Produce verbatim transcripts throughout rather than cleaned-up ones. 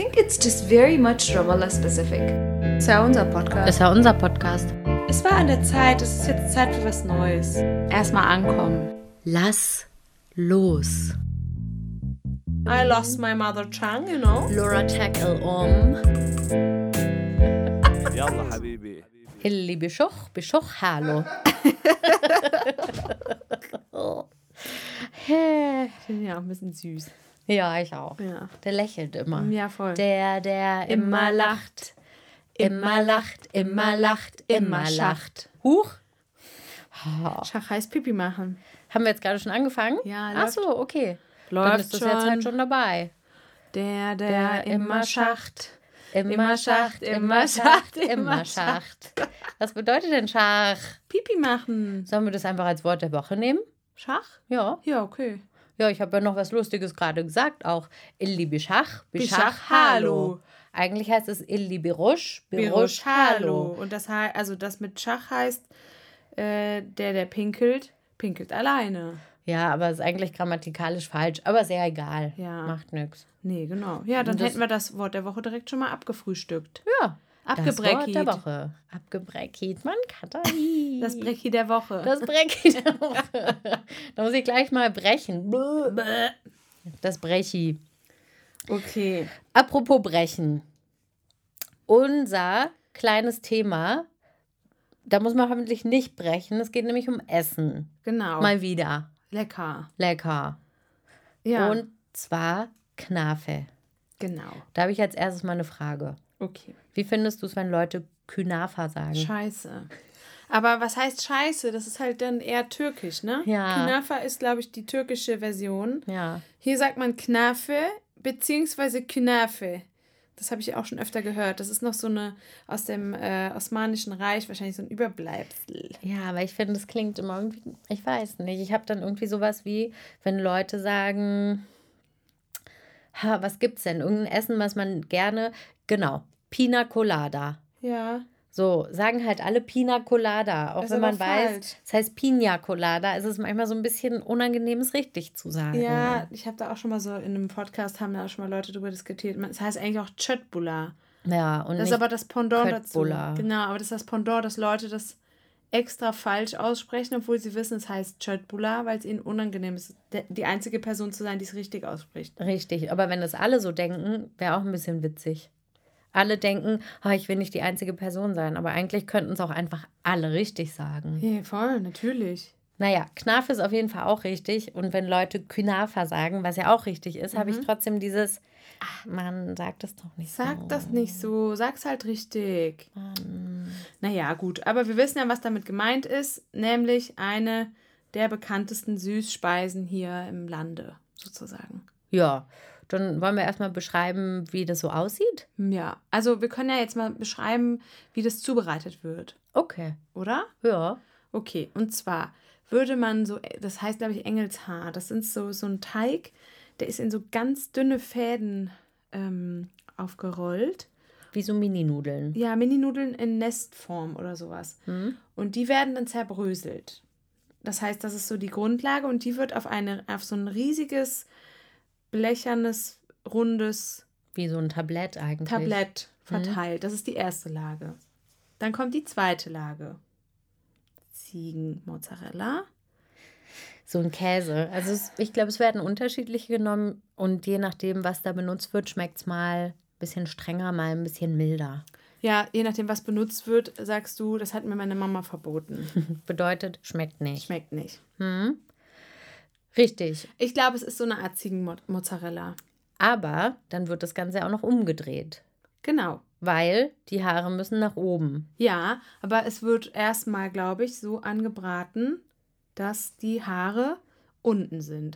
think it's just very much Ramallah specific. Ist ja unser Podcast. Ist ja unser Podcast. Es war an der Zeit, es ist jetzt Zeit für was Neues. Erstmal ankommen. Lass los. I lost my mother tongue, you know. Laura tackle um. يلا حبيبي. Hilli Bischoch, Bischoch, hallo. Ich finde ja auch ein bisschen süß. Ja, ich auch. Ja. Der lächelt immer. Ja, voll. Der, der immer lacht. Immer lacht, immer lacht, immer lacht. Huch. Schach heißt Pipi machen. Haben wir jetzt gerade schon angefangen? Ja, Ach läuft. so, okay. Läuft Dann ist das schon. jetzt halt schon dabei. Der, der, Der immer immer schacht. Immer Schacht, immer Schacht, immer Schacht. Was bedeutet denn Schach? Pipi machen. Sollen wir das einfach als Wort der Woche nehmen? Schach? Ja. Ja, okay. Ja, ich habe ja noch was Lustiges gerade gesagt auch. Illi Bischach, Bischach, Bischach, Hallo. Hallo. Eigentlich heißt es Illi Birusch, Birusch, Birusch, Hallo. hallo. Und das heißt, also das mit Schach heißt, äh, der, der pinkelt, pinkelt alleine. Ja, aber ist eigentlich grammatikalisch falsch, aber sehr egal. Ja. Macht nix. Nee, genau. Ja, dann Und das- hätten wir das Wort der Woche direkt schon mal abgefrühstückt. Ja. Das Wort Abgebreckit. der Woche. Abgebreckit. Man kann Das Brecki der Woche. Das Brecki der Woche. Da muss ich gleich mal brechen. Bäh. Das Brechi. Okay. Apropos brechen. Unser kleines Thema, da muss man hoffentlich nicht brechen. Es geht nämlich um Essen. Genau. Mal wieder. Lecker. Lecker. Ja. Und zwar Knafe. genau. Da habe ich als erstes mal eine Frage. Okay. Wie findest du es, wenn Leute Künafa sagen? Scheiße. Aber was heißt Scheiße? Das ist halt dann eher türkisch, ne? Ja. Knafa ist, glaube ich, die türkische Version. Ja. Hier sagt man Knafe beziehungsweise Knafe. Das habe ich auch schon öfter gehört. Das ist noch so eine aus dem äh, Osmanischen Reich, wahrscheinlich so ein Überbleibsel. Ja, aber ich finde, es klingt immer irgendwie, ich weiß nicht. Ich habe dann irgendwie sowas wie, wenn Leute sagen, ha, was gibt's denn? Irgendein Essen, was man gerne, genau, Pina Colada. Ja. So, sagen halt alle Pina Colada, auch Ist wenn man aber weiß, falsch. es heißt Pina Colada, ist es manchmal so ein bisschen unangenehm, es richtig zu sagen. Ja, ich habe da auch schon mal so in einem Podcast, haben da auch schon mal Leute drüber diskutiert. Es heißt eigentlich auch Chötbula. Ja, und Das ist nicht aber das Pendant dazu. Köttbullar. Genau, aber das ist das Pendant, dass Leute das extra falsch aussprechen, obwohl sie wissen, es heißt Chötbula, weil es ihnen unangenehm ist, de- die einzige Person zu sein, die es richtig ausspricht. richtig. Aber wenn das alle so denken, wäre auch ein bisschen witzig. Alle denken, ah, ich will nicht die einzige Person sein, aber eigentlich könnten es auch einfach alle richtig sagen. Ja, voll, natürlich. Naja, Knafe ist auf jeden Fall auch richtig. Und wenn Leute Künafa sagen, was ja auch richtig ist, habe ich trotzdem dieses, ach, man sagt das doch nicht so. Sag das nicht so, sag's halt richtig. Naja, gut, aber wir wissen ja, was damit gemeint ist, nämlich eine der bekanntesten Süßspeisen hier im Lande, sozusagen. Ja, dann wollen wir erstmal beschreiben, wie das so aussieht. Ja, also wir können ja jetzt mal beschreiben, wie das zubereitet wird, Okay, oder? ja. Okay, und zwar würde man so, das heißt, glaube ich, Engelshaar. Das sind so, so ein Teig, der ist in so ganz dünne Fäden ähm, aufgerollt. Wie so Mini-Nudeln. Ja, Mini-Nudeln in Nestform oder sowas. Und die werden dann zerbröselt. Das heißt, das ist so die Grundlage und die wird auf, eine, auf so ein riesiges, blechernes, rundes Wie so ein Tablett eigentlich. Tablett verteilt. Das ist die erste Lage. Dann kommt die zweite Lage. Ziegenmozzarella. So ein Käse. Also es, ich glaube, es werden unterschiedliche genommen und je nachdem, was da benutzt wird, schmeckt es mal ein bisschen strenger, mal ein bisschen milder. Ja, je nachdem, was benutzt wird, sagst du, das hat mir meine Mama verboten. Bedeutet, schmeckt nicht. Schmeckt nicht. Richtig. Ich glaube, es ist so eine Art Ziegenmozzarella. Aber dann wird das Ganze auch noch umgedreht, Genau. weil die Haare müssen nach oben. Ja, aber es wird erstmal, glaube ich, so angebraten, dass die Haare unten sind.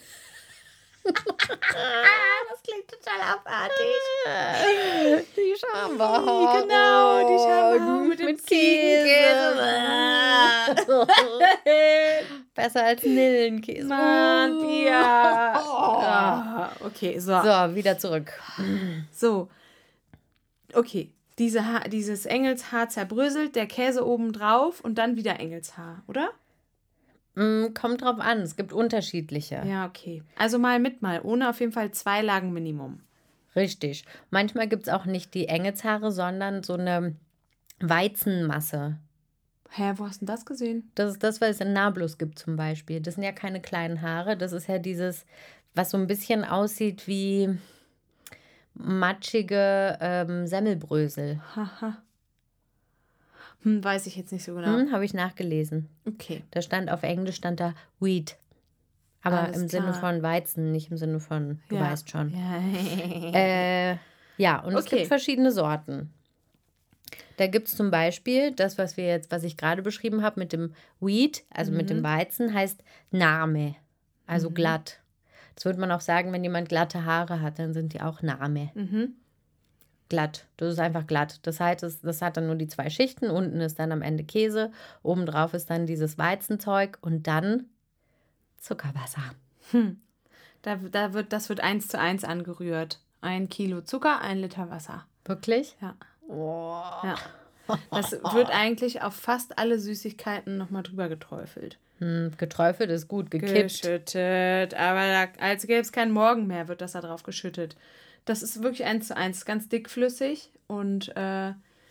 Das klingt total abartig. Die Schambehaarung. Genau, die Schambehaarung mit dem Besser als Nillenkäse. Mann, Uh. ja. Oh. Ah, okay, so. So, wieder zurück. So. Okay, Diese ha- dieses Engelshaar zerbröselt, der Käse oben drauf und dann wieder Engelshaar, oder? Mm, kommt drauf an, es gibt unterschiedliche. Ja, okay. Also mal mit mal, ohne auf jeden Fall zwei Lagen Minimum. Richtig. Manchmal gibt es auch nicht die Engelshaare, sondern so eine Weizenmasse. Hä, wo hast du denn das gesehen? Das ist das, was es in Nablus gibt zum Beispiel. Das sind ja keine kleinen Haare. Das ist ja dieses, was so ein bisschen aussieht wie matschige ähm, Semmelbrösel. Haha. Hm, weiß ich jetzt nicht so genau. Hm, habe ich nachgelesen. Okay. Da stand auf Englisch stand da Wheat. Aber Alles im Sinne klar. von Weizen, nicht im Sinne von, du Ja. weißt schon. Ja. Äh, ja, und es Okay. gibt verschiedene Sorten. Da gibt es zum Beispiel das, was wir jetzt, was ich gerade beschrieben habe mit dem Wheat, also mit dem Weizen, heißt Name, also glatt. Das würde man auch sagen, wenn jemand glatte Haare hat, dann sind die auch Name. Mhm. Glatt. Das ist einfach glatt. Das heißt, das, das hat dann nur die zwei Schichten. Unten ist dann am Ende Käse. Obendrauf ist dann dieses Weizenzeug und dann Zuckerwasser. Da, da wird, das wird eins zu eins angerührt. Ein Kilo Zucker, ein Liter Wasser. Wirklich? Ja. Oh. Ja. Das wird eigentlich auf fast alle Süßigkeiten nochmal drüber geträufelt. Hm, geträufelt ist gut, gekippt. Geschüttet. Aber da, als gäbe es keinen Morgen mehr, wird das da drauf geschüttet. Das ist wirklich eins zu eins, ganz dickflüssig. Und, äh,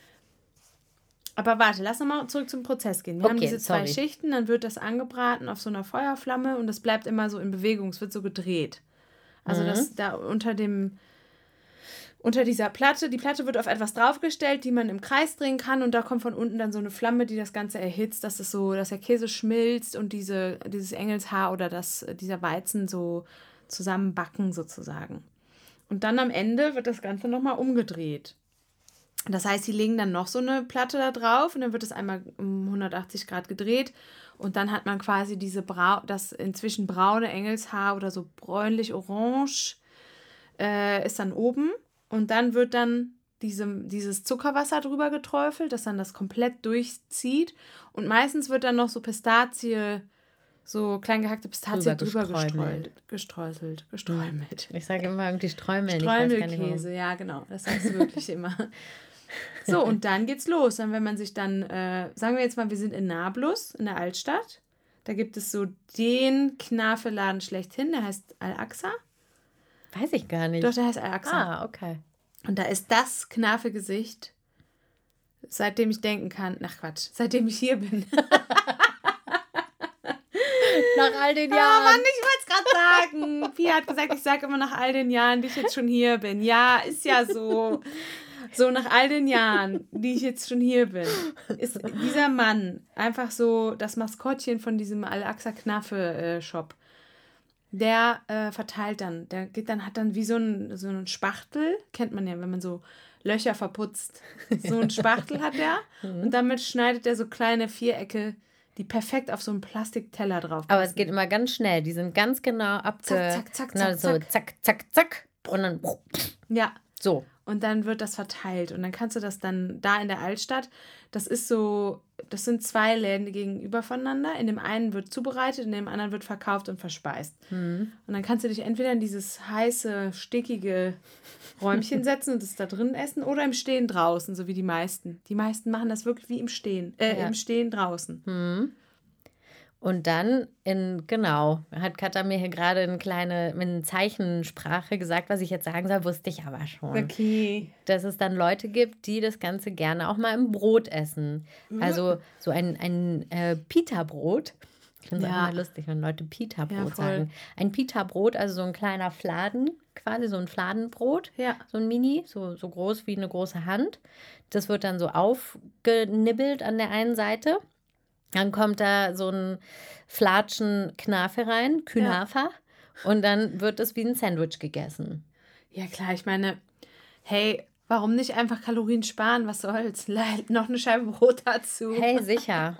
aber warte, lass nochmal zurück zum Prozess gehen. Wir haben Okay, diese zwei sorry. Schichten, dann wird das angebraten auf so einer Feuerflamme und das bleibt immer so in Bewegung, es wird so gedreht. Also das da unter dem, unter dieser Platte, die Platte wird auf etwas draufgestellt, die man im Kreis drehen kann und da kommt von unten dann so eine Flamme, die das Ganze erhitzt, dass es so, dass der Käse schmilzt und diese, dieses Engelshaar oder das, dieser Weizen so zusammenbacken sozusagen. Und dann am Ende wird das Ganze nochmal umgedreht. Das heißt, sie legen dann noch so eine Platte da drauf und dann wird es einmal um hundertachtzig Grad gedreht und dann hat man quasi diese Brau das inzwischen braune Engelshaar oder so bräunlich-orange äh, ist dann oben und dann wird dann diese, dieses Zuckerwasser drüber geträufelt, das dann das komplett durchzieht und meistens wird dann noch so Pistazie, so klein gehackte Pistazie Drüber drüber gestreumelt. gestreuselt, gestreumelt. Ich sage immer irgendwie Streumeln. Ich weiß gar nicht warum. Streumelkäse, ja genau, das sagst du wirklich immer. So, und dann geht's los. Dann, wenn man sich dann, äh, sagen wir jetzt mal, wir sind in Nablus, in der Altstadt. Da gibt es so den Knafeladen schlechthin, der heißt Al-Aqsa. Weiß ich gar nicht. Doch, der heißt Al-Aqsa. Ah, okay. Und da ist das Knafegesicht, seitdem ich denken kann, ach Quatsch, seitdem ich hier bin. Nach all den Ja, Jahren. Mann, ich wollte es gerade sagen. Pia hat gesagt, ich sage immer nach all den Jahren, die ich jetzt schon hier bin. Ja, ist ja so. So nach all den Jahren, die ich jetzt schon hier bin, ist dieser Mann einfach so das Maskottchen von diesem Al-Aqsa-Knafe-Shop. Der äh, verteilt dann, der geht dann, hat dann wie so ein, so ein Spachtel, kennt man ja, wenn man so Löcher verputzt. So ein Spachtel hat der und damit schneidet er so kleine Vierecke, die perfekt auf so einen Plastikteller drauf Aber es geht immer ganz schnell. Die sind ganz genau abge... Zack, zack, zack, genau, zack, so zack. zack, zack, zack. Und dann Ja. so. Und dann wird das verteilt. Und dann kannst du das dann da in der Altstadt, das ist so, das sind zwei Läden gegenüber voneinander. In dem einen wird zubereitet, in dem anderen wird verkauft und verspeist. Hm. Und dann kannst du dich entweder in dieses heiße, stickige Räumchen setzen und es da drin essen oder im Stehen draußen, so wie die meisten. Die meisten machen das wirklich wie im Stehen, äh, Ja. im Stehen draußen. Hm. Und dann in, genau, hat Katha mir hier gerade eine kleine, in Zeichensprache gesagt, was ich jetzt sagen soll, wusste ich aber schon. Okay. Dass es dann Leute gibt, die das Ganze gerne auch mal im Brot essen. Also so ein, ein äh, Pita-Brot. Ich finde es Ja. auch immer lustig, wenn Leute Pita-Brot Ja, voll. sagen. Ein Pita-Brot, also so ein kleiner Fladen, quasi so ein Fladenbrot. Ja. So ein Mini, so, so groß wie eine große Hand. Das wird dann so aufgenibbelt an der einen Seite. Dann kommt da so ein Flatschen Knafe rein, Künafa. Und dann wird es wie ein Sandwich gegessen. Ja, klar, ich meine, hey, warum nicht einfach Kalorien sparen? Was soll's? Le- Noch eine Scheibe Brot dazu. Hey, sicher.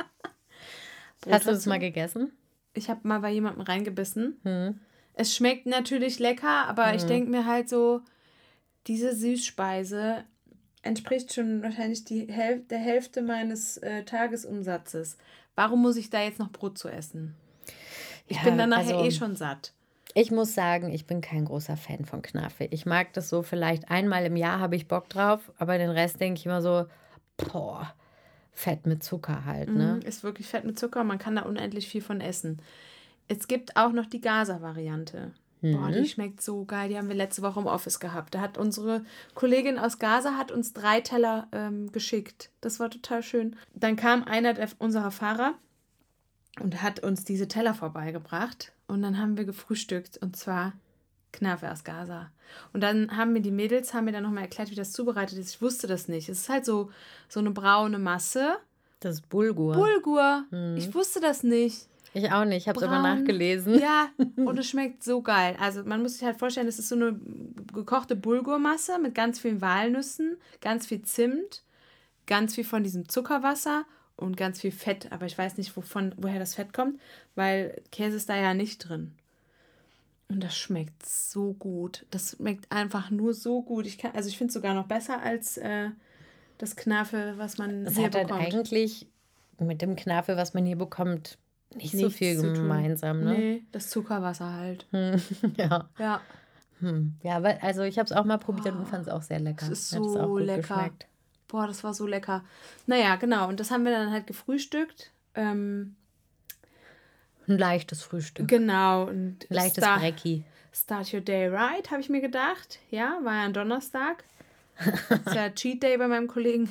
Brot Hast du das dazu. mal gegessen? Ich habe mal bei jemandem reingebissen. Hm. Es schmeckt natürlich lecker, aber ich denke mir halt so, diese Süßspeise entspricht schon wahrscheinlich die Häl- der Hälfte meines äh, Tagesumsatzes. Warum muss ich da jetzt noch Brot zu essen? Ich Ja, bin dann nachher also- eh schon satt. Ich muss sagen, ich bin kein großer Fan von Knafe. Ich mag das so, vielleicht einmal im Jahr habe ich Bock drauf, aber den Rest denke ich immer so, boah, Fett mit Zucker halt, ne? Mhm, ist wirklich Fett mit Zucker, man kann da unendlich viel von essen. Es gibt auch noch die Gaza-Variante. Boah, die schmeckt so geil. Die haben wir letzte Woche im Office gehabt. Da hat unsere Kollegin aus Gaza hat uns drei Teller ähm, geschickt. Das war total schön. Dann kam einer der, unserer Fahrer und hat uns diese Teller vorbeigebracht. Und dann haben wir gefrühstückt. Und zwar Knafe aus Gaza. Und dann haben mir die Mädels haben mir dann nochmal erklärt, wie das zubereitet ist. Ich wusste das nicht. Es ist halt so, so eine braune Masse. Das ist Bulgur. Bulgur. Hm. Ich wusste das nicht. Ich auch nicht, ich habe es aber nachgelesen. Ja, und es schmeckt so geil. Also man muss sich halt vorstellen, das ist so eine gekochte Bulgurmasse mit ganz vielen Walnüssen, ganz viel Zimt, ganz viel von diesem Zuckerwasser und ganz viel Fett. Aber ich weiß nicht, wovon, woher das Fett kommt, weil Käse ist da ja nicht drin. Und das schmeckt so gut. Das schmeckt einfach nur so gut. Ich kann, also ich finde es sogar noch besser als äh, das Knafe, was man das hier hat bekommt. Halt eigentlich mit dem Knafe, was man hier bekommt, nicht Nichts so viel gemeinsam, ne? Nee, das Zuckerwasser halt. Hm. ja. Ja. Hm. Ja, aber also ich habe es auch mal probiert oh, und fand es auch sehr lecker. Das ist so auch lecker. Geschmeckt. Boah, das war so lecker. Naja, genau. Und das haben wir dann halt gefrühstückt. Ähm, Ein leichtes Frühstück. Genau. Und leichtes Star- Brecki. Start your day right, habe ich mir gedacht. Ja, war ja ein Donnerstag. Ist ja Cheat Day bei meinem Kollegen.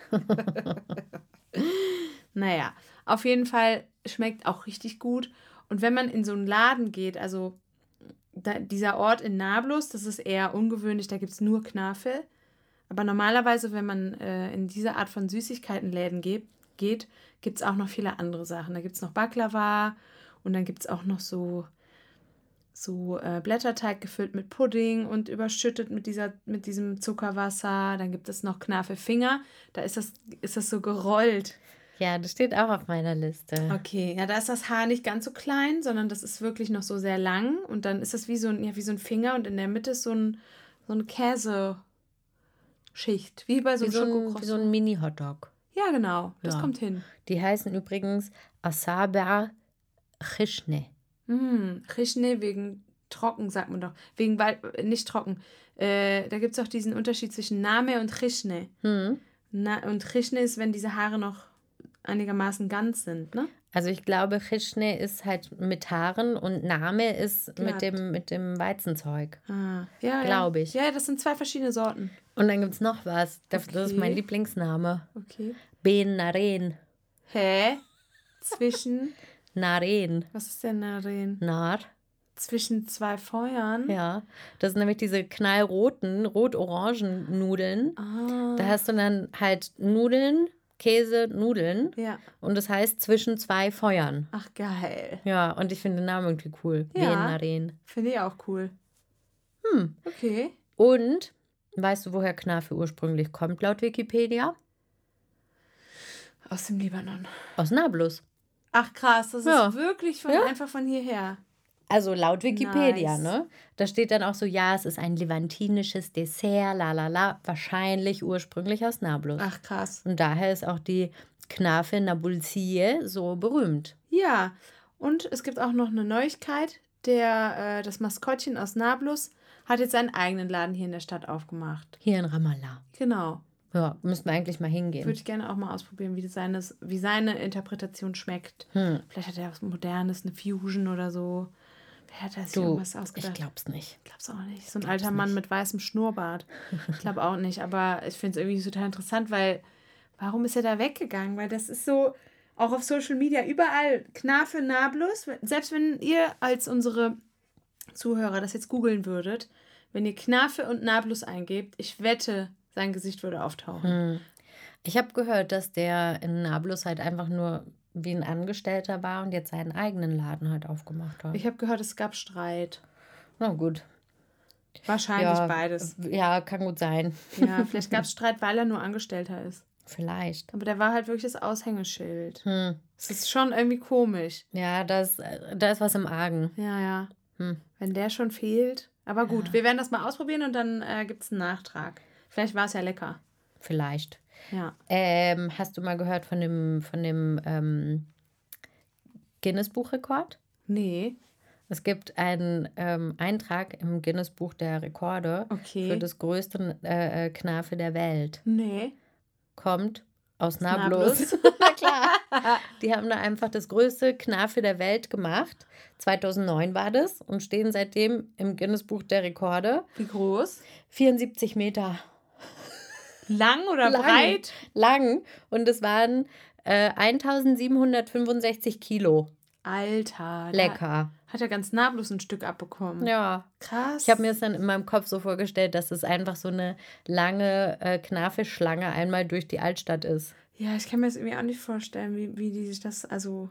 Naja, auf jeden Fall schmeckt auch richtig gut. Und wenn man in so einen Laden geht, also da, dieser Ort in Nablus, das ist eher ungewöhnlich, da gibt es nur Knafe. Aber normalerweise, wenn man äh, in diese Art von Süßigkeitenläden geht, geht gibt es auch noch viele andere Sachen. Da gibt es noch Baklava und dann gibt es auch noch so, so äh, Blätterteig gefüllt mit Pudding und überschüttet mit, dieser, mit diesem Zuckerwasser. Dann gibt es noch Knafe-Finger, da ist das, ist das so gerollt. Ja, das steht auch auf meiner Liste. Okay, ja, da ist das Haar nicht ganz so klein, sondern das ist wirklich noch so sehr lang. Und dann ist das wie so ein, ja, wie so ein Finger und in der Mitte ist so, ein, so eine Käseschicht. Wie bei so einem Schokocroissant. Wie so ein Mini-Hotdog. Ja, genau. Das ja. kommt hin. Die heißen übrigens Asaber Chishne. Hm, Chishne wegen trocken, sagt man doch. Wegen, weil, nicht trocken. Äh, da gibt es auch diesen Unterschied zwischen Name und Chishne. Hm. Na, und Chishne ist, wenn diese Haare noch einigermaßen ganz sind, ne? Also ich glaube, Chishne ist halt mit Haaren und Name ist mit dem, mit dem Weizenzeug. Ah, ja, glaube ich. Ja, das sind zwei verschiedene Sorten. Und dann gibt es noch was. Das, okay. das ist mein Lieblingsname. Okay. Ben Naren. Hä? Zwischen? Naren. Was ist denn Naren? Nar. Zwischen zwei Feuern? Ja, das sind nämlich diese knallroten, rot-orangen Nudeln. Ah. Da hast du dann halt Nudeln, Käse, Nudeln. Ja. Und das heißt zwischen zwei Feuern. Ach, geil. Ja, und ich finde den Namen irgendwie cool. Ja, Ben finde ich auch cool. Hm. Okay. Und, weißt du, woher Knafe ursprünglich kommt, laut Wikipedia? Aus dem Libanon. Aus Nablus. Ach, krass. Das ja. ist wirklich von, ja. einfach von hierher. Also laut Wikipedia, nice. ne? Da steht dann auch so, ja, es ist ein levantinisches Dessert, la la la, wahrscheinlich ursprünglich aus Nablus. Ach, krass. Und daher ist auch die Knafe Nabulsie so berühmt. Ja, und es gibt auch noch eine Neuigkeit. Der, äh, das Maskottchen aus Nablus hat jetzt seinen eigenen Laden hier in der Stadt aufgemacht. Hier in Ramallah. Genau. Ja, müssen wir eigentlich mal hingehen. Würde ich gerne auch mal ausprobieren, wie seine, wie seine Interpretation schmeckt. Hm. Vielleicht hat er was Modernes, eine Fusion oder so. Wer hat da sich du, irgendwas ausgedacht? Ich glaub's nicht. Ich glaub's auch nicht. So ein alter Mann nicht. Mit weißem Schnurrbart. Ich glaube auch nicht. Aber ich finde es irgendwie total interessant, weil warum ist er da weggegangen? Weil das ist so, auch auf Social Media, überall Knafe, Nablus. Selbst wenn ihr als unsere Zuhörer das jetzt googeln würdet, wenn ihr Knafe und Nablus eingebt, ich wette, sein Gesicht würde auftauchen. Hm. Ich habe gehört, dass der in Nablus halt einfach nur wie ein Angestellter war und jetzt seinen eigenen Laden halt aufgemacht hat. Ich habe gehört, es gab Streit. Na gut. Wahrscheinlich ja, beides. Ja, kann gut sein. Ja, vielleicht gab es Streit, weil er nur Angestellter ist. Vielleicht. Aber der war halt wirklich das Aushängeschild. Hm. Das ist schon irgendwie komisch. Ja, das, da ist was im Argen. Ja, ja. Hm. Wenn der schon fehlt. Aber gut, ja. wir werden das mal ausprobieren und dann äh, gibt es einen Nachtrag. Vielleicht war es ja lecker. Vielleicht. Ja. Ähm, hast du mal gehört von dem, von dem ähm, Guinness-Buchrekord? Nee. Es gibt einen ähm, Eintrag im Guinness-Buch der Rekorde okay. für das größte äh, Knafe der Welt. Nee. Kommt Aus Nablus. Na klar. Die haben da einfach das größte Knafe der Welt gemacht. zweitausendneun war das und stehen seitdem im Guinness-Buch der Rekorde. Wie groß? vierundsiebzig Meter. Lang oder Lang. breit? Lang. Und es waren äh, eintausendsiebenhundertfünfundsechzig Kilo. Alter. Lecker. Hat ja ganz Nablus ein Stück abbekommen. Ja. Krass. Ich habe mir das dann in meinem Kopf so vorgestellt, dass es einfach so eine lange äh, Knafelschlange einmal durch die Altstadt ist. Ja, ich kann mir das irgendwie auch nicht vorstellen, wie, wie die sich das, also...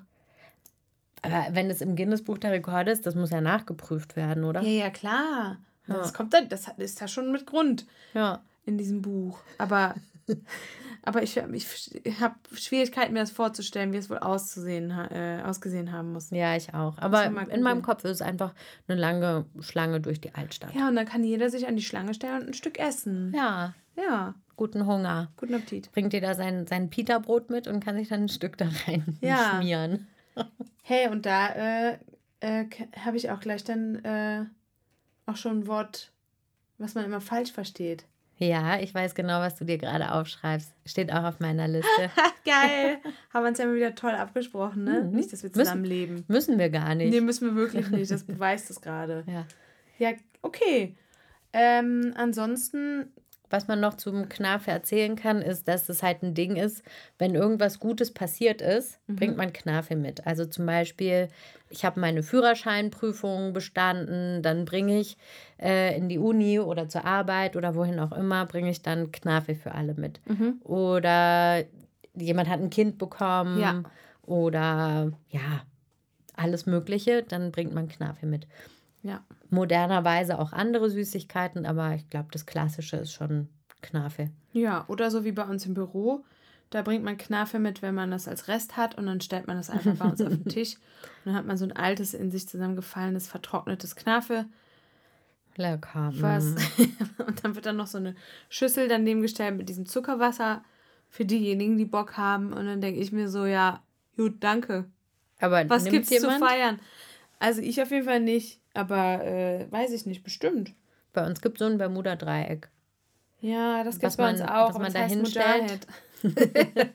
Aber wenn es im Guinness-Buch der Rekorde ist, das muss ja nachgeprüft werden, oder? Ja, ja, klar. Ja. Das kommt dann, das ist ja schon mit Grund Ja. in diesem Buch. Aber, aber ich, ich habe Schwierigkeiten, mir das vorzustellen, wie es wohl auszusehen, äh, ausgesehen haben muss. Ja, ich auch. Aber mal in meinem googeln. Kopf ist es einfach eine lange Schlange durch die Altstadt. Ja, und dann kann jeder sich an die Schlange stellen und ein Stück essen. Ja, Ja, guten Hunger. guten Appetit. Bringt jeder sein, sein Pita-Brot mit und kann sich dann ein Stück da rein Ja. schmieren. Hey, und da äh, äh, habe ich auch gleich dann äh, auch schon ein Wort, was man immer falsch versteht. Ja, ich weiß genau, was du dir gerade aufschreibst. Steht auch auf meiner Liste. Geil. Haben wir uns ja mal wieder toll abgesprochen, ne? Mhm. Nicht, dass wir Müssen- zusammenleben. Müssen wir gar nicht. Nee, müssen wir wirklich nicht. Das beweist es gerade. Ja. Ja, okay. Ähm, ansonsten, Was man noch zum Knafe erzählen kann, ist, dass es halt ein Ding ist, wenn irgendwas Gutes passiert ist, Mhm. bringt man Knafe mit. Also zum Beispiel, ich habe meine Führerscheinprüfung bestanden, dann bringe ich äh, in die Uni oder zur Arbeit oder wohin auch immer, bringe ich dann Knafe für alle mit. Mhm. Oder jemand hat ein Kind bekommen Ja. oder ja, alles Mögliche, dann bringt man Knafe mit. ja. Modernerweise auch andere Süßigkeiten, aber ich glaube, das Klassische ist schon Knafe. Ja, oder so wie bei uns im Büro. Da bringt man Knafe mit, wenn man das als Rest hat und dann stellt man das einfach bei uns auf den Tisch. Und dann hat man so ein altes, in sich zusammengefallenes, vertrocknetes Knafe. Lecker. Was. Mm. Und dann wird dann noch so eine Schüssel daneben gestellt mit diesem Zuckerwasser für diejenigen, die Bock haben. Und dann denke ich mir so, ja, gut, danke. Aber Was nimmt gibt's jemand? zu feiern? Also ich auf jeden Fall nicht, aber äh, weiß ich nicht, bestimmt. Bei uns gibt es so ein Bermuda-Dreieck. Ja, das Was gibt's bei uns man- auch, was aber man das da heißt hinstellt. Mujahid.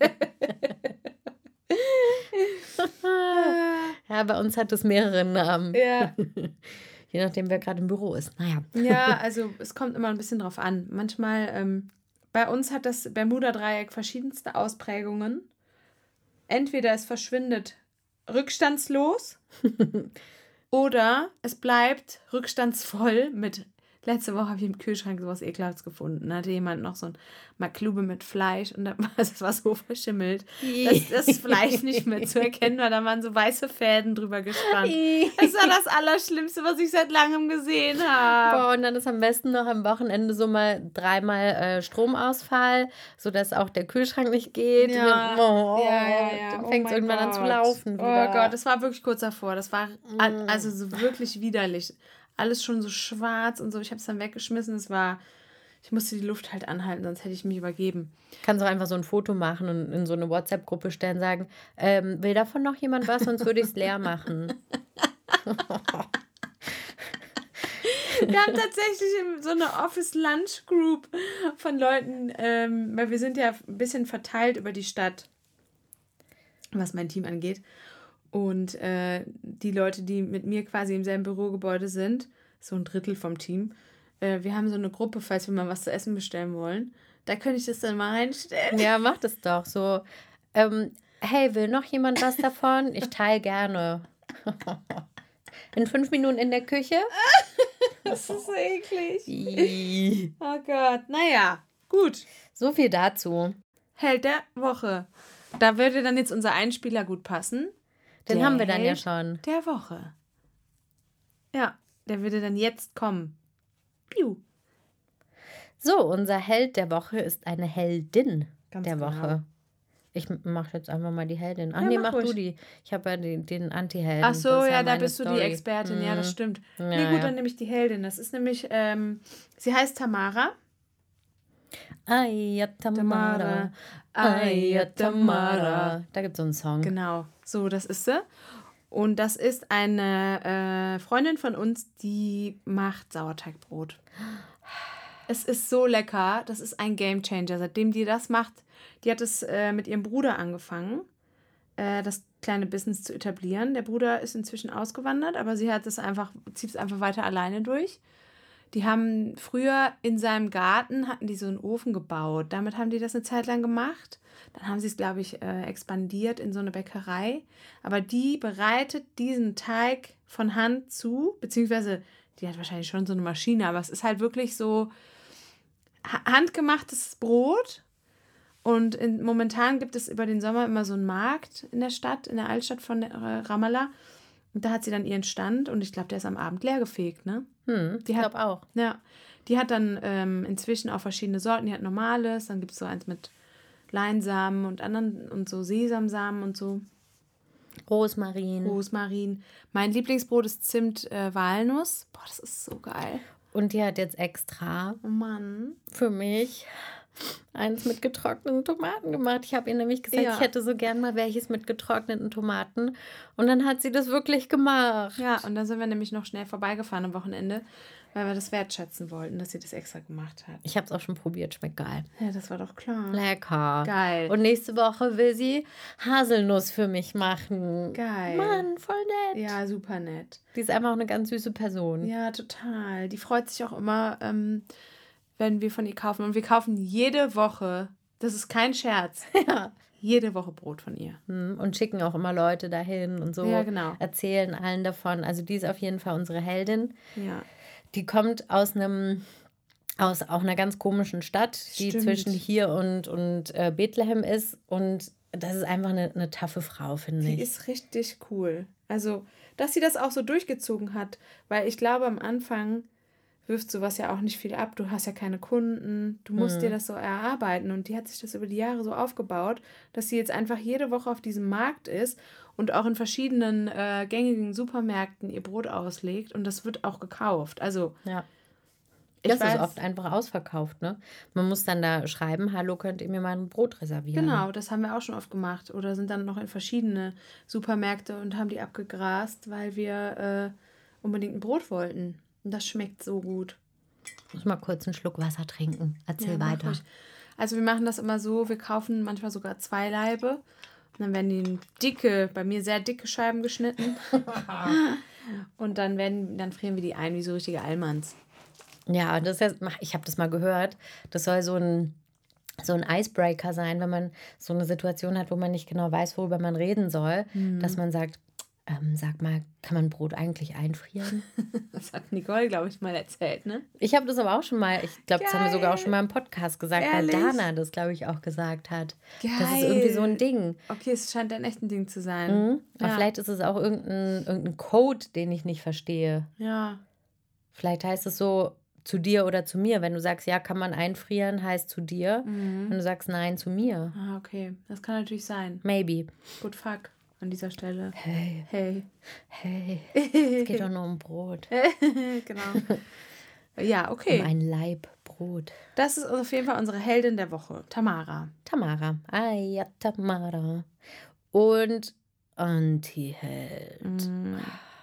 Ja, bei uns hat es mehrere Namen. Ja. Je nachdem, wer gerade im Büro ist. Naja. Ja, also es kommt immer ein bisschen drauf an. Manchmal, ähm, bei uns hat das Bermuda-Dreieck verschiedenste Ausprägungen. Entweder es verschwindet rückstandslos oder es bleibt rückstandsvoll mit... Letzte Woche habe ich im Kühlschrank sowas Ekelhaftes gefunden. Da hatte jemand noch so ein Maklube mit Fleisch und das war, das war so verschimmelt, dass das Fleisch nicht mehr zu erkennen war. Da waren so weiße Fäden drüber gespannt. Das war das Allerschlimmste, was ich seit langem gesehen habe. Boah, und dann ist am besten noch am Wochenende so mal dreimal äh, Stromausfall, sodass auch der Kühlschrank nicht geht. Ja, oh, ja, ja, ja. Dann Oh fängt es mein irgendwann an zu Gott. laufen wieder. Oh Gott, das war wirklich kurz davor. Das war a- Mm. also so wirklich widerlich. Alles schon so schwarz und so. Ich habe es dann weggeschmissen. Es war, ich musste die Luft halt anhalten, sonst hätte ich mich übergeben. Kannst auch einfach so ein Foto machen und in so eine WhatsApp-Gruppe stellen, sagen, ähm, will davon noch jemand was, sonst würde ich es leer machen. Wir haben tatsächlich so eine Office-Lunch-Group von Leuten, ähm, weil wir sind ja ein bisschen verteilt über die Stadt, was mein Team angeht. Und äh, die Leute, die mit mir quasi im selben Bürogebäude sind, so ein Drittel vom Team, äh, wir haben so eine Gruppe, falls wir mal was zu essen bestellen wollen. Da könnte ich das dann mal reinstellen. Ja, mach das doch so. Ähm, hey, will noch jemand was davon? Ich teile gerne. In fünf Minuten in der Küche? Das ist so eklig. Ih. Oh Gott. Naja, gut. So viel dazu. Held der Woche. Da würde dann jetzt unser Einspieler gut passen. Den Der haben wir dann ja Held schon. Der Woche. Ja, der würde dann jetzt kommen. Piu. So, unser Held der Woche ist eine Heldin Ganz der genau. Woche. Ich mache jetzt einfach mal die Heldin. Ach Ja, nee, mach mach du ruhig. die. Ich habe ja den, den Anti-Helden. Ach so, Das ist ja, da meine bist du die Story. Expertin. Ja, das Mhm. stimmt. Ja, nee, gut, ja. dann nehme ich die Heldin. Das ist nämlich, ähm, sie heißt Tamara. Aya Tamara. Aya Aya Tamara. Tamara. Da gibt es so einen Song. Genau, so, das ist sie. Und das ist eine äh, Freundin von uns, die macht Sauerteigbrot. Es ist so lecker. Das ist ein Gamechanger. Seitdem die das macht, die hat es äh, mit ihrem Bruder angefangen, äh, das kleine Business zu etablieren. Der Bruder ist inzwischen ausgewandert, aber sie hat es einfach, zieht es einfach weiter alleine durch. Die haben früher in seinem Garten, hatten die so einen Ofen gebaut. Damit haben die das eine Zeit lang gemacht. Dann haben sie es, glaube ich, äh, expandiert in so eine Bäckerei. Aber die bereitet diesen Teig von Hand zu, beziehungsweise die hat wahrscheinlich schon so eine Maschine, aber es ist halt wirklich so ha- handgemachtes Brot. Und in, momentan gibt es über den Sommer immer so einen Markt in der Stadt, in der Altstadt von äh, Ramallah. Und da hat sie dann ihren Stand und ich glaube, der ist am Abend leergefegt, ne? Hm, Die ich hat- glaube auch. Ja, die hat dann ähm, inzwischen auch verschiedene Sorten. Die hat normales, dann gibt es so eins mit Leinsamen und anderen und so Sesamsamen und so. Rosmarin. Rosmarin. Mein Lieblingsbrot ist Zimt-Walnuss. Boah, das ist so geil. Und die hat jetzt extra Oh Mann. für mich eins mit getrockneten Tomaten gemacht. Ich habe ihr nämlich gesagt, Ja. ich hätte so gern mal welches mit getrockneten Tomaten. Und dann hat sie das wirklich gemacht. Ja, und dann sind wir nämlich noch schnell vorbeigefahren am Wochenende, weil wir das wertschätzen wollten, dass sie das extra gemacht hat. Ich habe es auch schon probiert, schmeckt geil. Ja, das war doch klar. Lecker. Geil. Und nächste Woche will sie Haselnuss für mich machen. Geil. Mann, voll nett. Ja, super nett. Die ist einfach auch eine ganz süße Person. Ja, total. Die freut sich auch immer, ähm, wenn wir von ihr kaufen. Und wir kaufen jede Woche, das ist kein Scherz, Ja. jede Woche Brot von ihr. Hm, Und schicken auch immer Leute dahin und so. Ja, genau. Erzählen allen davon. Also die ist auf jeden Fall unsere Heldin. Ja. Die kommt aus einem, aus auch einer ganz komischen Stadt, die Stimmt. zwischen hier und, und äh, Bethlehem ist. Und das ist einfach eine, eine taffe Frau, finde Die ich. ist richtig cool. Also, dass sie das auch so durchgezogen hat, weil ich glaube, am Anfang wirft sowas ja auch nicht viel ab. Du hast ja keine Kunden, du musst Mhm. dir das so erarbeiten. Und die hat sich das über die Jahre so aufgebaut, dass sie jetzt einfach jede Woche auf diesem Markt ist und auch in verschiedenen äh, gängigen Supermärkten ihr Brot auslegt. Und das wird auch gekauft. Also, Ja. ich Das weiß, ist oft einfach ausverkauft, ne? Man muss dann da schreiben, hallo, könnt ihr mir mal ein Brot reservieren? Genau, das haben wir auch schon oft gemacht. Oder sind dann noch in verschiedene Supermärkte und haben die abgegrast, weil wir äh, unbedingt ein Brot wollten. Und das schmeckt so gut. Ich muss mal kurz einen Schluck Wasser trinken. Erzähl Ja, mach weiter. ruhig. Also wir machen das immer so, wir kaufen manchmal sogar zwei Laibe. Und dann werden die in dicke, bei mir sehr dicke Scheiben geschnitten. Und dann werden, dann frieren wir die ein wie so richtige Almans. Ja, das ist, ich habe das mal gehört. Das soll so ein, so ein Icebreaker sein, wenn man so eine Situation hat, wo man nicht genau weiß, worüber man reden soll, dass man sagt, ähm, sag mal, kann man Brot eigentlich einfrieren? Das hat Nicole, glaube ich, mal erzählt, ne? Ich habe das aber auch schon mal, ich glaube, das haben wir sogar auch Geil. schon mal im Podcast gesagt, Ehrlich? weil Dana das, glaube ich, auch gesagt hat. Das ist Geil. irgendwie so ein Ding. Okay, es scheint ein echtes Ding zu sein. Mhm. Aber Ja. vielleicht ist es auch irgendein, irgendein Code, den ich nicht verstehe. Ja. Vielleicht heißt es so zu dir oder zu mir. Wenn du sagst, ja, kann man einfrieren, heißt zu dir. Mhm. Wenn du sagst, nein, zu mir. Ah, okay. Das kann natürlich sein. Maybe. Good fuck an dieser Stelle. Hey, Hey. hey, es geht doch nur um Brot. Genau. Ja, okay. Um ein Laib Brot. Das ist auf jeden Fall unsere Heldin der Woche, Tamara. Tamara. Ah ja, Tamara. Und Antiheld. Mm.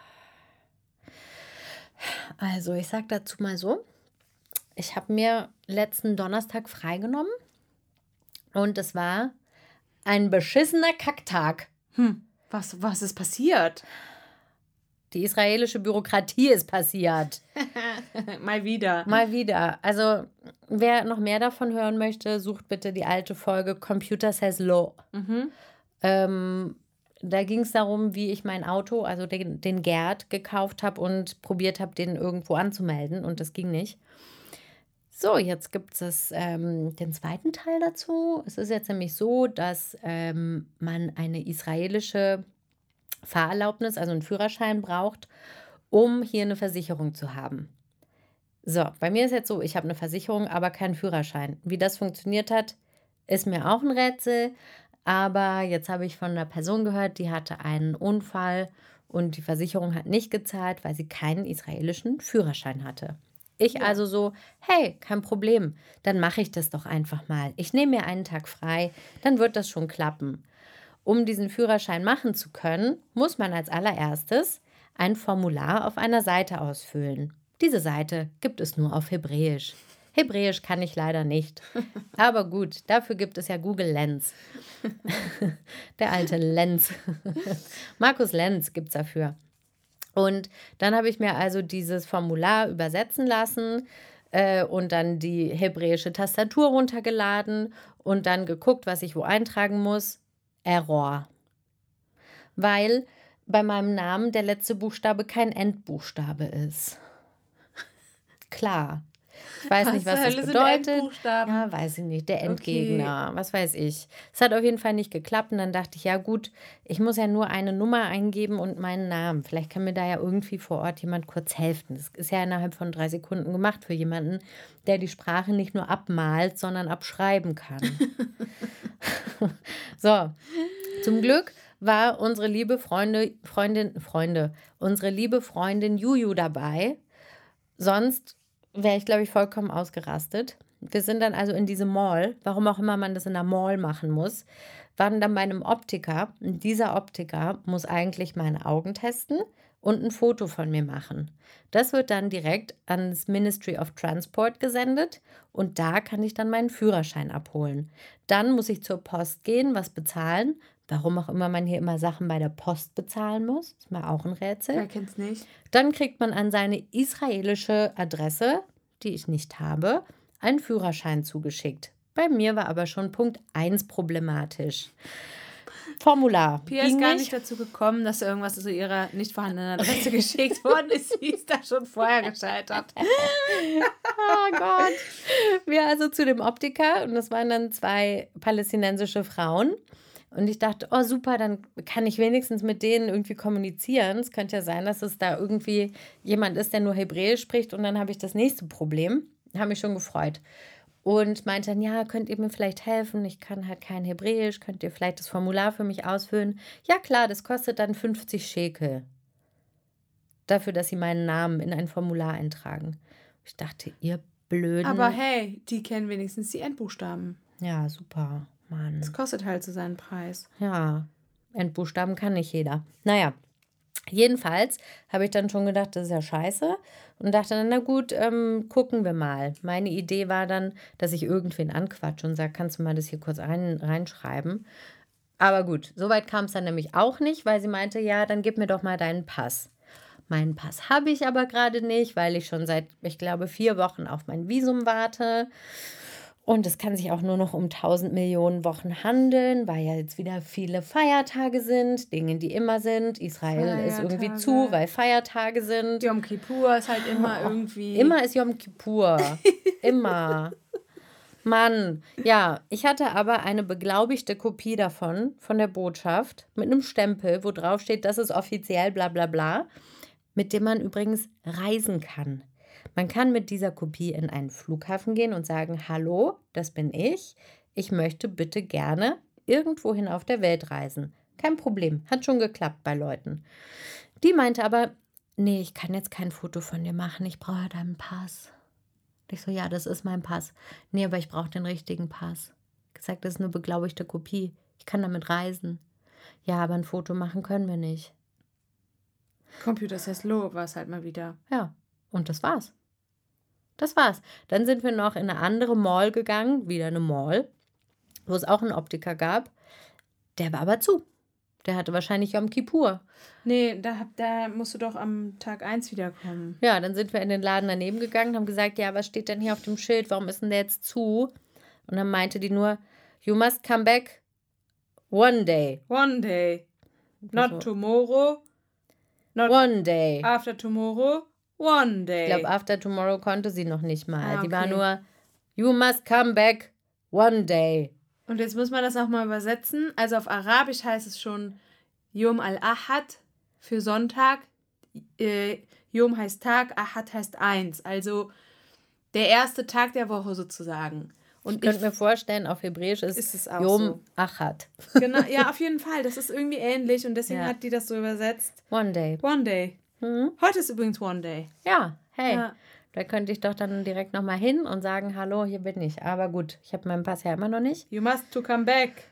Also, ich sag dazu mal so. Ich habe mir letzten Donnerstag freigenommen. Und es war ein beschissener Kacktag. Hm, was, was ist passiert? Die israelische Bürokratie ist passiert. Mal wieder. Mal wieder. Also, wer noch mehr davon hören möchte, sucht bitte die alte Folge Computer Says Law. Mhm. Ähm, da ging es darum, wie ich mein Auto, also den, den Gerd, gekauft habe und probiert habe, den irgendwo anzumelden. Und das ging nicht. So, jetzt gibt es ähm, den zweiten Teil dazu. Es ist jetzt nämlich so, dass ähm, man eine israelische Fahrerlaubnis, also einen Führerschein braucht, um hier eine Versicherung zu haben. So, bei mir ist jetzt so, ich habe eine Versicherung, aber keinen Führerschein. Wie das funktioniert hat, ist mir auch ein Rätsel. Aber jetzt habe ich von einer Person gehört, die hatte einen Unfall und die Versicherung hat nicht gezahlt, weil sie keinen israelischen Führerschein hatte. Ich Ja. also so, hey, kein Problem, dann mache ich das doch einfach mal. Ich nehme mir einen Tag frei, dann wird das schon klappen. Um diesen Führerschein machen zu können, muss man als allererstes ein Formular auf einer Seite ausfüllen. Diese Seite gibt es nur auf Hebräisch. Hebräisch kann ich leider nicht. Aber gut, dafür gibt es ja Google Lens. Der alte Lenz. Markus Lenz gibt es dafür. Und dann habe ich mir also dieses Formular übersetzen lassen äh, und dann die hebräische Tastatur runtergeladen und dann geguckt, was ich wo eintragen muss. Error. Weil bei meinem Namen der letzte Buchstabe kein Endbuchstabe ist. Klar. Ich weiß nicht, was das bedeutet. Ja, weiß ich nicht. Der Endgegner, okay. Was weiß ich. Es hat auf jeden Fall nicht geklappt und dann dachte ich, ja gut, ich muss ja nur eine Nummer eingeben und meinen Namen. Vielleicht kann mir da ja irgendwie vor Ort jemand kurz helfen. Das ist ja innerhalb von drei Sekunden gemacht für jemanden, der die Sprache nicht nur abmalt, sondern abschreiben kann. So, zum Glück war unsere liebe Freunde, Freundin, Freunde, unsere liebe Freundin Juju dabei. Sonst wäre ich, glaube ich, vollkommen ausgerastet. Wir sind dann also in diese Mall, warum auch immer man das in der Mall machen muss, waren dann bei einem Optiker. Und dieser Optiker muss eigentlich meine Augen testen und ein Foto von mir machen. Das wird dann direkt ans Ministry of Transport gesendet und da kann ich dann meinen Führerschein abholen. Dann muss ich zur Post gehen, was bezahlen. Warum auch immer man hier immer Sachen bei der Post bezahlen muss. Ist mir auch ein Rätsel. Wer kennt's nicht? Dann kriegt man an seine israelische Adresse, die ich nicht habe, einen Führerschein zugeschickt. Bei mir war aber schon Punkt eins problematisch. Formular. Pia ist gar nicht dazu gekommen, dass irgendwas zu ihrer nicht vorhandenen Adresse geschickt worden ist. Sie ist da schon vorher gescheitert. Oh Gott. Wir also zu dem Optiker und das waren dann zwei palästinensische Frauen. Und ich dachte, oh super, dann kann ich wenigstens mit denen irgendwie kommunizieren. Es könnte ja sein, dass es da irgendwie jemand ist, der nur Hebräisch spricht und dann habe ich das nächste Problem. Habe mich schon gefreut. Und meinte dann, ja, könnt ihr mir vielleicht helfen? Ich kann halt kein Hebräisch. Könnt ihr vielleicht das Formular für mich ausfüllen? Ja klar, das kostet dann fünfzig Shekel. Dafür, dass sie meinen Namen in ein Formular eintragen. Ich dachte, ihr Blöden. Aber hey, die kennen wenigstens die Endbuchstaben. Ja, super. Mann. Das kostet halt so seinen Preis. Ja, Endbuchstaben kann nicht jeder. Naja, jedenfalls habe ich dann schon gedacht, das ist ja scheiße. Und dachte dann, na gut, ähm, gucken wir mal. Meine Idee war dann, dass ich irgendwen anquatsche und sage, kannst du mal das hier kurz rein, reinschreiben? Aber gut, soweit kam es dann nämlich auch nicht, weil sie meinte, ja, dann gib mir doch mal deinen Pass. Meinen Pass habe ich aber gerade nicht, weil ich schon seit, ich glaube, vier Wochen auf mein Visum warte. Und es kann sich auch nur noch um tausend Millionen Wochen handeln, weil ja jetzt wieder viele Feiertage sind, Dinge, die immer sind. Israel Feiertage. Ist irgendwie zu, weil Feiertage sind. Yom Kippur ist halt immer oh, irgendwie... Immer ist Yom Kippur. Immer. Mann. Ja, ich hatte aber eine beglaubigte Kopie davon, von der Botschaft, mit einem Stempel, wo drauf steht, das ist offiziell, bla bla bla, mit dem man übrigens reisen kann. Man kann mit dieser Kopie in einen Flughafen gehen und sagen, hallo, das bin ich. Ich möchte bitte gerne irgendwohin auf der Welt reisen. Kein Problem, hat schon geklappt bei Leuten. Die meinte aber, nee, ich kann jetzt kein Foto von dir machen, ich brauche deinen Pass. Ich so, ja, das ist mein Pass. Nee, aber ich brauche den richtigen Pass. Gesagt, das ist eine beglaubigte Kopie. Ich kann damit reisen. Ja, aber ein Foto machen können wir nicht. Computer says low war es halt mal wieder. Ja, und das war's. Das war's. Dann sind wir noch in eine andere Mall gegangen, wieder eine Mall, wo es auch einen Optiker gab. Der war aber zu. Der hatte wahrscheinlich Yom Kippur. Nee, da, da musst du doch am Tag eins wiederkommen. Ja, dann sind wir in den Laden daneben gegangen, haben gesagt, ja, was steht denn hier auf dem Schild? Warum ist denn der jetzt zu? Und dann meinte die nur, you must come back one day. One day. Not so. Tomorrow. Not one day. After tomorrow. One day. Ich glaube, after tomorrow konnte sie noch nicht mal. Ah, okay. Die war nur, you must come back one day. Und jetzt muss man das auch mal übersetzen. Also auf Arabisch heißt es schon Yom al-Ahad für Sonntag. Äh, Yom heißt Tag, Ahad heißt eins. Also der erste Tag der Woche sozusagen. Und ich könnte mir vorstellen, auf Hebräisch ist, ist es auch Yom so. Achad. Genau, ja, auf jeden Fall. Das ist irgendwie ähnlich und deswegen ja. hat die das so übersetzt. One day. One day. Mhm. Heute ist übrigens One Day. Ja, hey. Ja. Da könnte ich doch dann direkt nochmal hin und sagen, hallo, hier bin ich. Aber gut, ich habe meinen Pass ja immer noch nicht. You must to come back.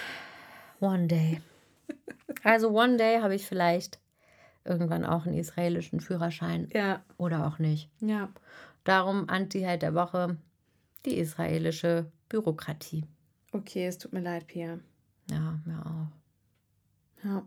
One day. Also one day habe ich vielleicht irgendwann auch einen israelischen Führerschein. Ja. Oder auch nicht. Ja. Darum Anti-Held der Woche. die israelische Bürokratie. Okay, es tut mir leid, Pia. Ja, mir auch. Ja.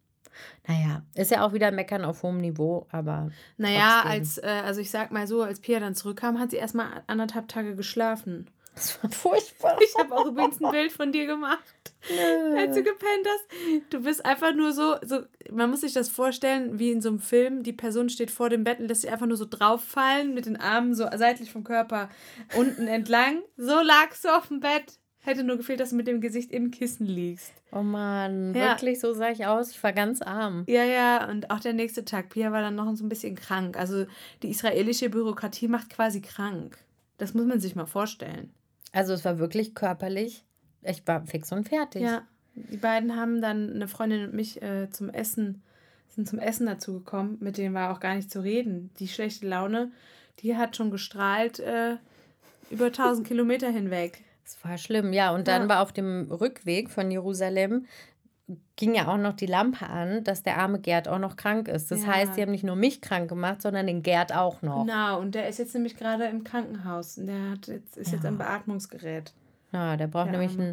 Naja, ist ja auch wieder Meckern auf hohem Niveau, aber Naja, trotzdem. als, äh, also ich sag mal so, als Pia dann zurückkam, hat sie erstmal anderthalb Tage geschlafen. Das war furchtbar. Ich habe auch übrigens ein Bild von dir gemacht, als du gepennt hast. Du bist einfach nur so, so, man muss sich das vorstellen, wie in so einem Film, die Person steht vor dem Bett und lässt sich einfach nur so drauffallen, mit den Armen so seitlich vom Körper unten entlang. So lagst du auf dem Bett. Hätte nur gefehlt, dass du mit dem Gesicht im Kissen liegst. Oh Mann, Ja. wirklich, so sah ich aus. Ich war ganz arm. Ja, ja, und auch der nächste Tag. Pia war dann noch so ein bisschen krank. Also die israelische Bürokratie macht quasi krank. Das muss man sich mal vorstellen. Also es war wirklich körperlich. Ich war fix und fertig. Ja, die beiden haben dann, eine Freundin und mich, äh, zum Essen, sind zum Essen dazu gekommen. Mit denen war auch gar nicht zu reden. Die schlechte Laune, die hat schon gestrahlt äh, über tausend Kilometer hinweg. Das war schlimm, ja. Und dann Ja. war auf dem Rückweg von Jerusalem, ging ja auch noch die Lampe an, dass der arme Gerd auch noch krank ist. Das Ja. heißt, sie haben nicht nur mich krank gemacht, sondern den Gerd auch noch. Genau, und der ist jetzt nämlich gerade im Krankenhaus. Und der hat jetzt, ist jetzt Ja. am Beatmungsgerät. Ja, der braucht Der nämlich Arme. einen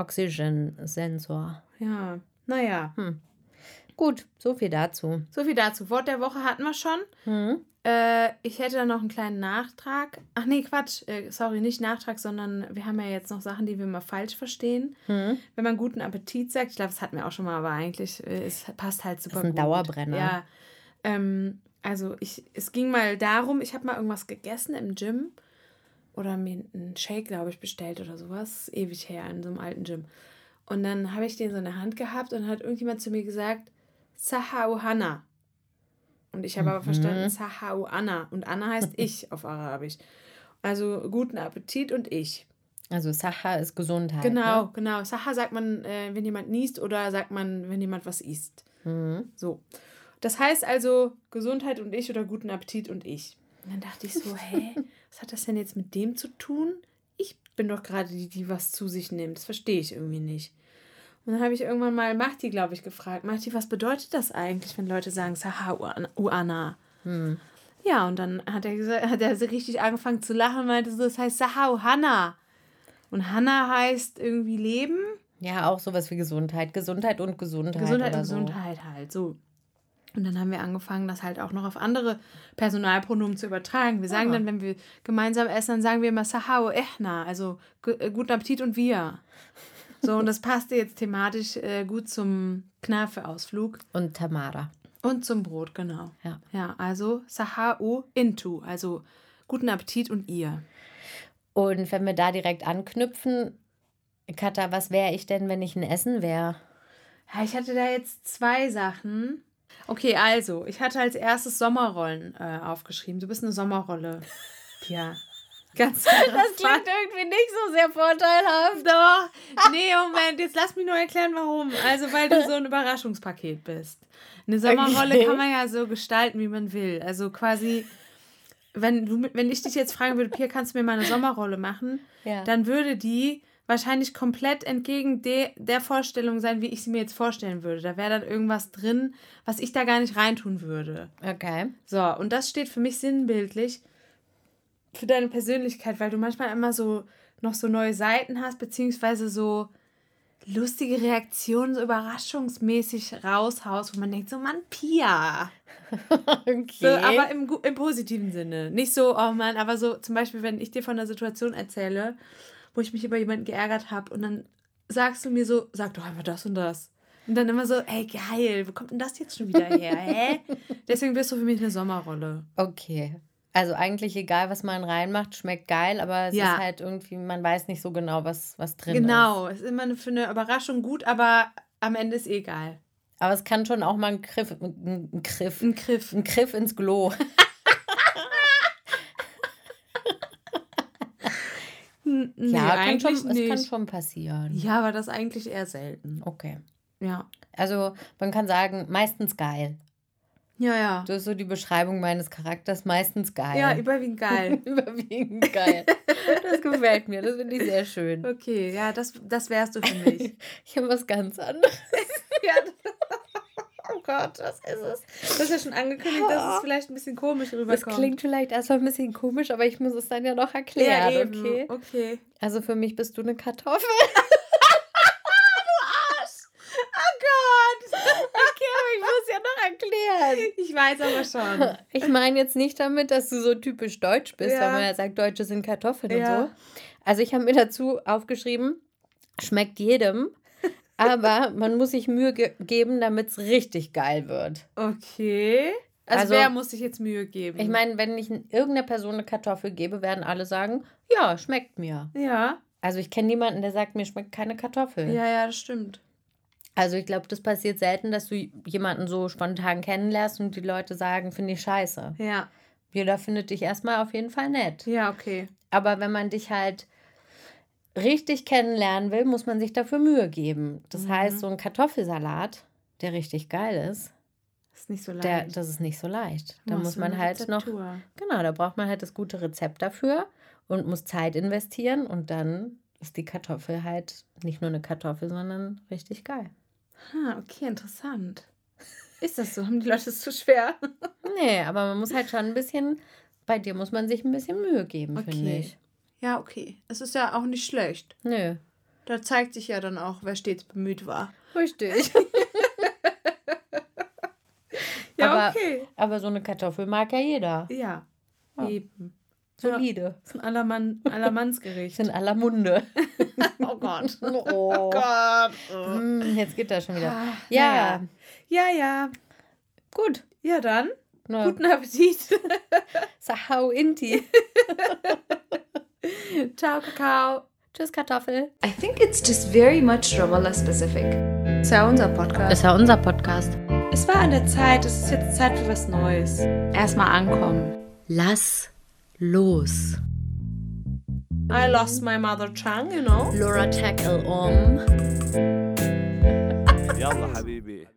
Oxygensensor. Ja, naja. Gut, so viel dazu. So viel dazu. Wort der Woche hatten wir schon. Hm? Äh, ich hätte da noch einen kleinen Nachtrag. Ach nee, Quatsch. Äh, sorry, nicht Nachtrag, sondern wir haben ja jetzt noch Sachen, die wir mal falsch verstehen. Hm? Wenn man guten Appetit sagt, ich glaube, das hatten wir auch schon mal, aber eigentlich äh, es passt halt super ein gut. Dauerbrenner. Ja. Ähm, also ich, es ging mal darum, ich habe mal irgendwas gegessen im Gym oder mir einen Shake, glaube ich, bestellt oder sowas. Ewig her in so einem alten Gym. Und dann habe ich den so in der Hand gehabt und dann hat irgendjemand zu mir gesagt, Sahau Hanna. Und ich habe aber verstanden, Sahau Anna. Und Anna heißt ich auf Arabisch. Also guten Appetit und ich. Also Sacha ist Gesundheit. Genau, Ne? genau. Sacha sagt man, äh, wenn jemand niest, oder sagt man, wenn jemand was isst. Mhm. So. Das heißt also Gesundheit und ich oder guten Appetit und ich. Und dann dachte ich so, hä, was hat das denn jetzt mit dem zu tun? Ich bin doch gerade die, die was zu sich nimmt. Das verstehe ich irgendwie nicht. Und dann habe ich irgendwann mal Mahdi, glaube ich, gefragt. Mahdi, was bedeutet das eigentlich, wenn Leute sagen Saha Uana? Hm. Ja, und dann hat er gesagt, hat er so richtig angefangen zu lachen und meinte so, das heißt Saha Hanna. Und Hanna heißt irgendwie Leben. Ja, auch sowas wie Gesundheit. Gesundheit und Gesundheit. Gesundheit oder und so. Gesundheit halt, so. Und dann haben wir angefangen, das halt auch noch auf andere Personalpronomen zu übertragen. Wir sagen Ah. dann, wenn wir gemeinsam essen, dann sagen wir immer Sahau Ehna, also gu- äh, guten Appetit und wir. So, und das passte jetzt thematisch äh, gut zum Knafe-Ausflug Und Tamara. und zum Brot, genau. Ja. Ja, also Sahau Intu, also guten Appetit und ihr. Und wenn wir da direkt anknüpfen, Katha, was wäre ich denn, wenn ich ein Essen wäre? Ja, ich hatte da jetzt zwei Sachen. Okay, also, ich hatte als erstes Sommerrollen äh, aufgeschrieben. Du bist eine Sommerrolle. Ja. Ganz Das klingt irgendwie nicht so sehr vorteilhaft. Doch. Nee, Moment, jetzt lass mich nur erklären, warum. Also, weil du so ein Überraschungspaket bist. Eine Sommerrolle Okay. kann man ja so gestalten, wie man will. Also quasi, wenn, du, wenn ich dich jetzt fragen würde, Pia, kannst du mir mal eine Sommerrolle machen? Ja. Dann würde die wahrscheinlich komplett entgegen de, der Vorstellung sein, wie ich sie mir jetzt vorstellen würde. Da wäre dann irgendwas drin, was ich da gar nicht reintun würde. Okay. So, und das steht für mich sinnbildlich für deine Persönlichkeit, weil du manchmal immer so noch so neue Seiten hast, beziehungsweise so lustige Reaktionen, so überraschungsmäßig raushaust, wo man denkt, so Mann, Pia. Okay. So, aber im, gu- im positiven Sinne. Nicht so, oh Mann, aber so zum Beispiel, wenn ich dir von einer Situation erzähle, wo ich mich über jemanden geärgert habe und dann sagst du mir so, sag doch einfach das und das. Und dann immer so, ey, geil, wo kommt denn das jetzt schon wieder her? Hä? Deswegen bist du für mich eine Sommerrolle. Okay. Also eigentlich egal, was man reinmacht, schmeckt geil, aber es Ja. ist halt irgendwie, man weiß nicht so genau, was, was drin Genau, es ist immer eine- für eine Überraschung gut, aber am Ende ist egal. ist. Aber es kann schon auch mal ein Griff, ein, ein Griff, Ein Griff. ein Griff ins Klo. N- Nee, ja, kann eigentlich schon, es nicht. kann schon passieren. Ja, aber das eigentlich eher selten. Okay. Ja. Also man kann sagen, meistens geil. Ja, ja. Das ist so die Beschreibung meines Charakters, meistens geil. Ja, überwiegend geil. Überwiegend geil. Das gefällt mir, das finde ich sehr schön. Okay, ja, das, das wärst du für mich. Ich habe was ganz anderes. Ja. Oh Gott, was ist es? Du hast ja schon angekündigt, dass es vielleicht ein bisschen komisch rüberkommt. Das klingt vielleicht erstmal ein bisschen komisch, aber ich muss es dann ja noch erklären, ja, eben. okay? Okay. Also für mich bist du eine Kartoffel. Oh Gott! Okay, aber ich muss ja noch erklären. Ich weiß aber schon. Ich meine jetzt nicht damit, dass du so typisch deutsch bist, Ja. weil man ja sagt, Deutsche sind Kartoffeln Ja. und so. Also ich habe mir dazu aufgeschrieben, schmeckt jedem, aber man muss sich Mühe ge- geben, damit es richtig geil wird. Okay. Also, Also, wer muss sich jetzt Mühe geben? Ich meine, wenn ich irgendeiner Person eine Kartoffel gebe, werden alle sagen, ja, schmeckt mir. Ja. Also ich kenne niemanden, der sagt, mir schmeckt keine Kartoffel. Ja, ja, das stimmt. Also ich glaube, das passiert selten, dass du jemanden so spontan kennenlernst und die Leute sagen, finde ich scheiße. Ja. Jeder findet dich erstmal auf jeden Fall nett. Ja, okay. Aber wenn man dich halt richtig kennenlernen will, muss man sich dafür Mühe geben. Das Mhm. heißt, so ein Kartoffelsalat, der richtig geil ist, Ist nicht so leicht. der, das ist nicht so leicht. Da Machst muss du man eine halt noch, Rezeptur. genau, da braucht man halt das gute Rezept dafür und muss Zeit investieren und dann ist die Kartoffel halt nicht nur eine Kartoffel, sondern richtig geil. Ah, okay, interessant. Ist das so? Haben die Leute es zu schwer? Nee, aber man muss halt schon ein bisschen, bei dir muss man sich ein bisschen Mühe geben, Okay. finde ich. Ja, okay. Es ist ja auch nicht schlecht. Nö. Da zeigt sich ja dann auch, wer stets bemüht war. Richtig. Ja, aber, okay. aber so eine Kartoffel mag ja jeder. Ja, Ja. eben. Solide. Das ist ein Allermann, Allermannsgericht. In aller Munde. Oh Gott. Oh. Gott. Hm, jetzt geht das schon wieder. Ah, Ja, Ja, ja. gut. Ja, dann. Na, Guten Appetit. Sahau Inti. Ciao, Kakao. Tschüss, Kartoffel. I think it's just very much Ramallah specific. Das ist ja unser Podcast. Das ist ja unser Podcast. Es war an der Zeit. Es ist jetzt Zeit für was Neues. Erstmal ankommen. Lass los. I lost my mother tongue, you know. Laura tackle um. يلا حبيبي